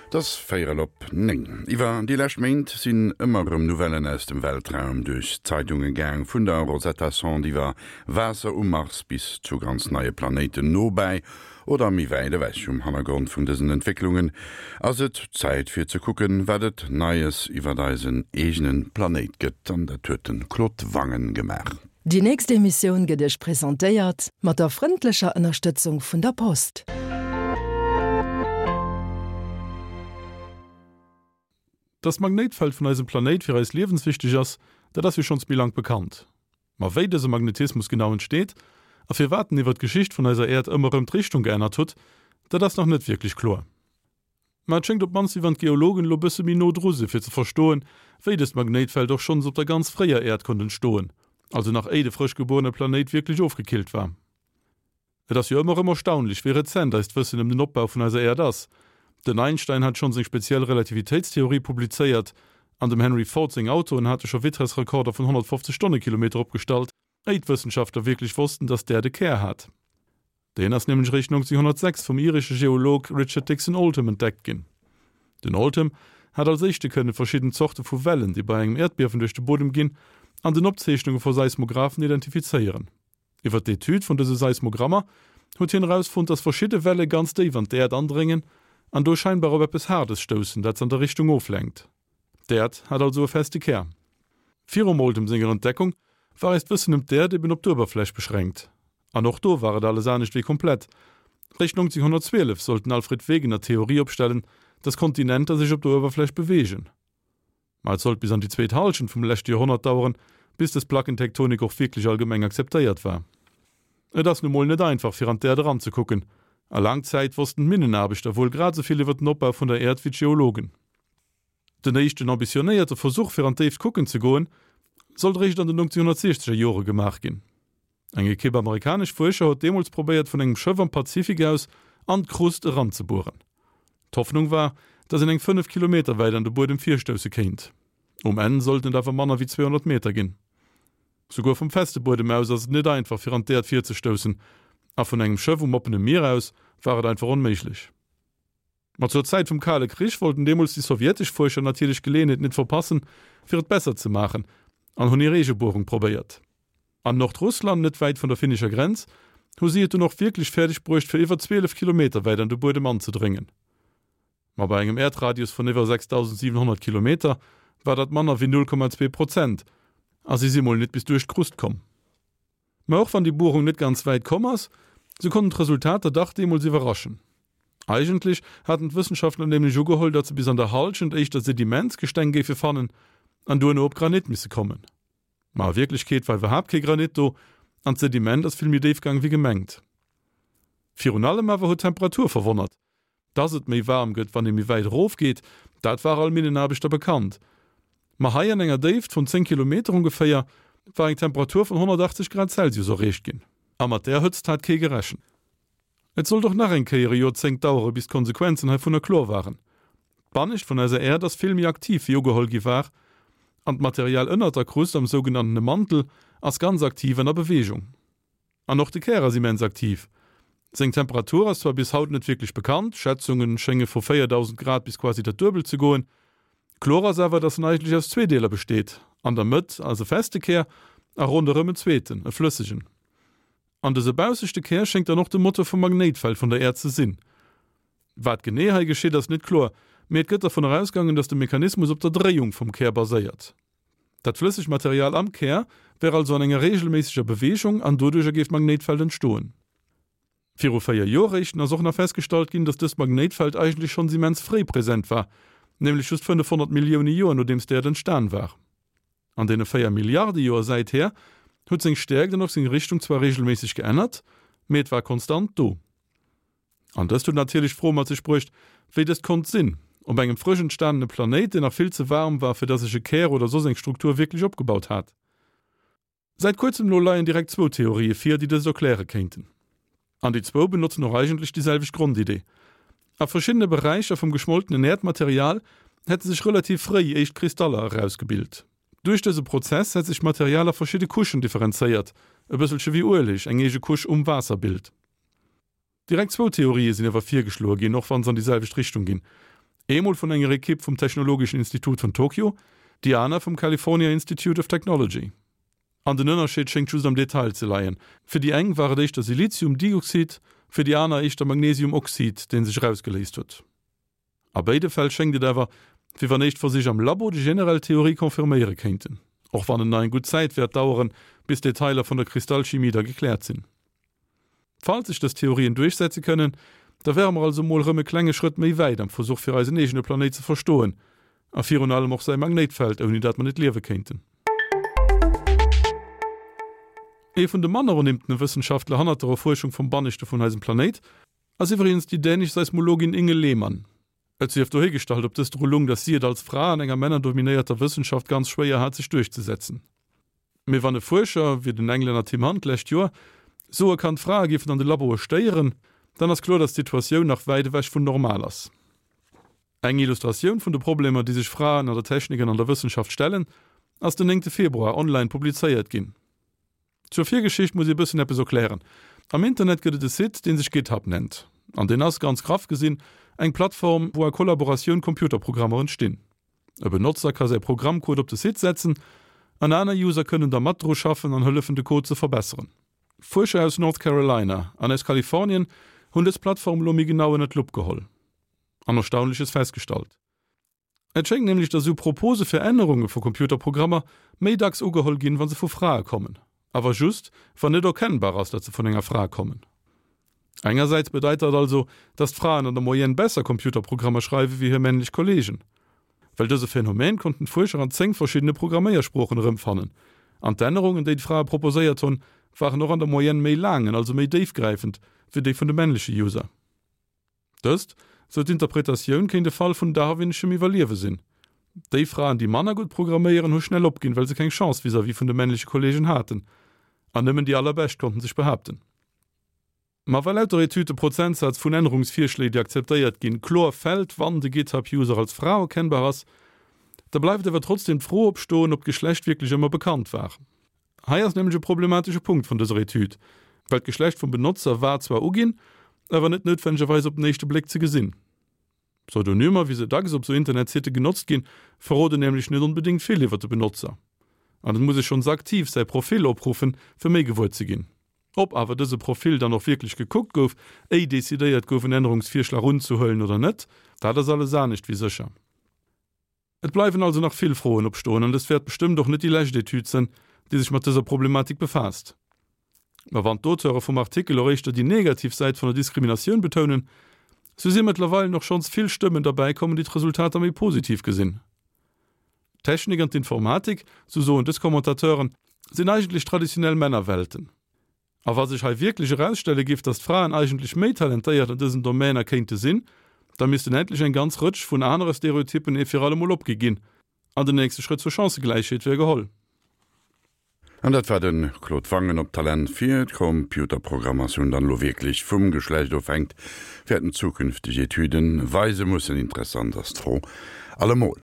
Das Feierlopp neng. Iwer die Lächmeint sinn ëmmerem Novellen aus dem Weltraum durch Zeitungen gang vun der Rosetta Sonde iwwer Wasser Mars bis zu ganz neue Planeten nobei oder mi weide wäch Hannergrund vun dessen Entwicklungen, ass et Zeit fir ze kucken, watt Neues iwwer deisen egenen Planet gëtt an der töten Klotwangen gemach. Die nächste Emission gedech präsentéiert mat der freundlicher Unterstützung vun der Post. Das Magnetfeld von unserem Planet für uns lebenswichtig ist, da das wir schon wie lang bekannt. Aber wie dieser Magnetismus genau entsteht, auf wir warten, wie die Geschichte von unserer Erde immer in die Richtung geändert hat, da das noch nicht wirklich klar. Man schenkt ob man sie von Geologen lo bisschen wie Notdruse für zu verstehen, wie das Magnetfeld doch schon so auf der ganz freien Erde konnte stehen, also nach der frisch geborene Planet wirklich aufgekillt war. Das ist ja immer erstaunlich, wie rezent das Wissen um den Abbau von unserer Erde ist. Den Einstein hat schon seine spezielle Relativitätstheorie publiziert, an dem Henry Ford sein Auto und hatte schon Witterungsrekorder von 150 Stundenkilometer abgestellt, Wissenschaftler wirklich wussten, dass der Kehr hat. Den ist nämlich Richtung 1906 vom irischen Geolog Richard Dixon Oldham entdeckt gin. Den Oldham hat als Sichte können verschiedene Sorten von Wellen, die bei einem Erdbeben durch den Boden gehen, an den Abzeichnungen von Seismographen identifizieren. Über die Tüte von diesen Seismogrammer hat ihn herausgefunden, dass verschiedene Wellen ganz tief an der Erde andringen, an durch scheinbar auf etwas Hartes stoßen, das an der Richtung auflenkt. Der hat also eine feste Kehr. 4 Oldham seiner Entdeckung war es Wissen um der eben auf die Oberfläche beschränkt. An auch da war alles auch nicht wie komplett. Richtung 1912 sollten Alfred Wegener Theorie aufstellen, dass Kontinente sich auf der Oberfläche bewegen. Mal sollte bis an die zweite Halbzeit vom letzten Jahrhundert dauern, bis das Plattentektonik auch wirklich allgemein akzeptiert war. Das nun mal nicht einfach, für an der Erde ranzugucken. A lang Zeit wussten Minnenarbeiter wohl gerade so viel über den Abbau von der Erde wie Geologen. Der nächste ambitionierte Versuch für an tief gucken zu gehen, sollte recht an den 1960er Jahren gemacht gehen. Ein gekeb amerikanisch Forscher hat damals probiert, von einem Schiff am Pazifik aus an die Kruste ranzubohren. Die Hoffnung war, dass in 5 Kilometer weit an der Boden 4 Stöße kennt. Ende sollten dafür Männer wie 200 Meter gehen. Sogar vom festen Boden aus ist es nicht einfach, für an der Erde 4 zu stoßen. Aber von einem Schiff um offenem Meer aus war es einfach unmöglich. Aber zur Zeit vom Kalten Krieg wollten damals die sowjetischen Forscher natürlich Gelegenheit nicht verpassen, für es besser zu machen, und haben ihre Bohrung probiert. An Nordrussland, nicht weit von der finnischen Grenze, haben sie noch wirklich fertig gebraucht, für über 12 Kilometer weit an den Boden anzudringen. Aber bei einem Erdradius von über 6.700 Kilometer war das Manner wie 0,2%, also sie sind mal nicht bis durch die Kruste kommen. Aber auch wenn die Bohrung nicht ganz weit kommen, so konnten das Resultat der Dachdemol sie überraschen. Eigentlich hatten die Wissenschaftler nämlich schon geholt, dass sie bis an der Halsch und echt das Sedimentsgestänge fanden, an du nur Granit müssen kommen. Aber in Wirklichkeit war überhaupt kein Granit da, und das Sediment ist viel mehr tiefgegangen wie gemengt. Für allem aber hat die Temperatur verwundert. Dass es mehr warm geht, wenn es mehr weit rauf geht, das war all meinen Arbeiter bekannt. Aber hier in einer Tiefe von 10 Kilometer ungefähr war eine Temperatur von 180 Grad Celsius erreicht gehen. Aber der hat es kein gerechnet. Es soll doch nach ein Jahrzehnt dauern, bis Konsequenzen von der Chlor waren. Die Bannicht von dieser Erde ist viel mehr aktiv wie Jogeholgi war, und das Material innerhalb der Kruste am sogenannten Mantel ist ganz aktiv in der Bewegung. Und auch die Kehrer sind immens aktiv. Seine Temperatur ist zwar bis heute nicht wirklich bekannt, Schätzungen schenken von 4.000 Grad bis quasi der Dürbel zu gehen. Chlor ist aber, dass es eigentlich aus 2 Teilen besteht. An der Mitte, also feste Kehr, auch rundherum ein zweiten, ein flüssigen. An dieser bausigste Kehr schenkt noch den Motto vom Magnetfeld von der Erde zu Sinn. Was genau geschieht, das nicht klar. Mir geht davon ausgegangen, dass der Mechanismus auf der Drehung vom Kehr basiert. Das flüssige Material am Kehr wäre also an einer regelmäßigen Bewegung an dadurch ergibt Magnetfeld entstehen. 4 Jahre ist auch noch festgestellt worden, dass das Magnetfeld eigentlich schon immens frei präsent war, nämlich just 500 Millionen Jahre, nachdem es der entstanden war. An den 4 Milliarden Jahren seither hat seine Stärke noch seine Richtung zwar regelmäßig geändert, aber es war konstant da. Und das tut natürlich froh, man sich spricht, wie das konnte Sinn. Und bei einem frisch entstandenen Planet, der noch viel zu warm war, für das sich eine Kehr oder so seine Struktur wirklich abgebaut hat. Seit kurzem nur leihen direkt 2 Theorien für, die das erklären könnten. Und die 2 benutzen auch eigentlich dieselbe Grundidee. Auf verschiedene Bereiche vom geschmolzenen Erdmaterial hätten sich relativ frei echt Kristalle herausgebildet. Durch diesen Prozess hat sich Material auf verschiedene Kuschen differenziert, ein bisschen wie Ölig, eine Kusch Wasserbild. Direkt 2 Theorien sind aber 4 geschlagen, noch wenn sie in dieselbe Richtung gehen. Emul von enger Equipe vom Technologischen Institut von Tokio, die Anna vom California Institute of Technology. An den Unterschied schenkt schon am Detail zu leihen. Für die eng war das Siliziumdioxid, für die Anna ist der Magnesiumoxid, den sich rausgelesen wird. Aber beide Fälle schenkt aber, wie wir nicht vor sich am Labor die generelle Theorie konfirmieren könnten. Auch wenn eine gute Zeit wird dauern, bis Details von der Kristallchemie da geklärt sind. Falls sich das Theorien durchsetzen können, da wären wir also mal einen kleinen Schritt mehr weit am Versuch für unseren eigenen Planet zu verstehen. Auf hier und allem auch sein Magnetfeld, ohne das man nicht leben könnte. Von den Männern nimmt eine Wissenschaftler an der Forschung vom Bannichten von diesem Planet, als übrigens die dänische Seismologin Inge Lehmann. Als sie auf der Hergestellt, ob das Drohung, dass sie als Frau in einer männerdominierter Wissenschaft ganz schwer hat, sich durchzusetzen. Mir war eine Forscher, wie den Engländer Tim Hunt letztes Jahr, so kann Fragen geben an die Labor steuern, dann ist klar, dass die Situation nach weit weg von normal ist. Eine Illustration von den Problemen, die sich Frauen an der Technik und an der Wissenschaft stellen, als den 9. Februar online publiziert ging. Zur Vorgeschichte muss ich ein bisschen etwas erklären. Am Internet gibt es einen Site, den sich GitHub nennt. An den ist ganz kraft gesehen eine Plattform, wo eine Kollaboration Computerprogramme entstehen. Ein Benutzer kann sein Programmcode auf den Site setzen, und andere User können da Matro schaffen und helfen, den Code zu verbessern. Forscher aus North Carolina und aus Kalifornien haben das Plattform Lomi genau in den Club geholt. Ein Erstaunliches festgestellt. Es schenkt nämlich, dass so Propose für Änderungen für Computerprogramme mehr dags angeholt gehen, wenn sie von Fragen kommen. Aber just, wenn nicht erkennbar ist, dass sie von einer Frage kommen. Einerseits bedeutet das also, dass Frauen an der Moyenne besser Computerprogramme schreiben wie ihre männlichen Kollegen. Weil dieses Phänomen konnten Forscher an 10 verschiedene Programmiersprachen rumfahren. Und die Änderungen, die Frauen proposiert haben, waren noch an der Moyenne mehr lang, also mehr tiefgreifend, wie die von den männlichen User. Das, so die Interpretation, kann der Fall von darwinischem Evaluieren sein. Die Frauen, die Männer gut programmieren, haben schnell abgehen, weil sie keine Chance vis-à-vis von den männlichen Kollegen hatten. Und nehmen die allerbest konnten sich behaupten. Ma weil lauter Etüte Prozentsatz von Änderungsvorschlägen, die akzeptiert gehen, klar fällt, wann der GitHub-User als Frau erkennbar ist, da bleibt aber trotzdem froh abstehen, ob Geschlecht wirklich immer bekannt war. Hier ist nämlich ein problematischer Punkt von dieser Etüte, weil das Geschlecht vom Benutzer war zwar angehen, aber nicht notwendigerweise auf den nächsten Blick zu sehen. Pseudonyme, wie sie DAX auf so Internetseite genutzt gehen, verraten nämlich nicht unbedingt viel über den Benutzer. Und dann muss ich schon aktiv sein Profil abrufen, für mehr gewollt zu gehen. Ob aber dieses Profil dann auch wirklich geguckt gouf, dezidiert gouf einen Änderungsvorschlag runzuholen oder nicht, da das alles auch nicht wie sicher. Es bleiben also noch viel Frohen abstehen und es wird bestimmt doch nicht die letzte Tüte sein, die sich mit dieser Problematik befasst. Aber wenn die Autoren vom Artikel auch die Negativseite von der Diskrimination betonen, so sind mittlerweile noch schon viel Stimmen dabei kommen, die das Resultat damit positiv gesehen. Technik und Informatik, so und des Kommentatoren, sind eigentlich traditionell Männerwelten. Aber was sich halt wirklich herausstellen gibt, dass Frauen eigentlich mehr talentiert in diesem Domain erkannte sind, dann müssten endlich ein ganz Rutsch von anderen Stereotypen für alle mal abgehen. Und der nächste Schritt zur Chancengleichheit wäre geholt. Und das war den Claude Wangen ob Talent für Computerprogrammation dann lo wirklich vom Geschlecht aufhängt, werden zukünftige Etüden, Weise muss interessant das froh, allemal.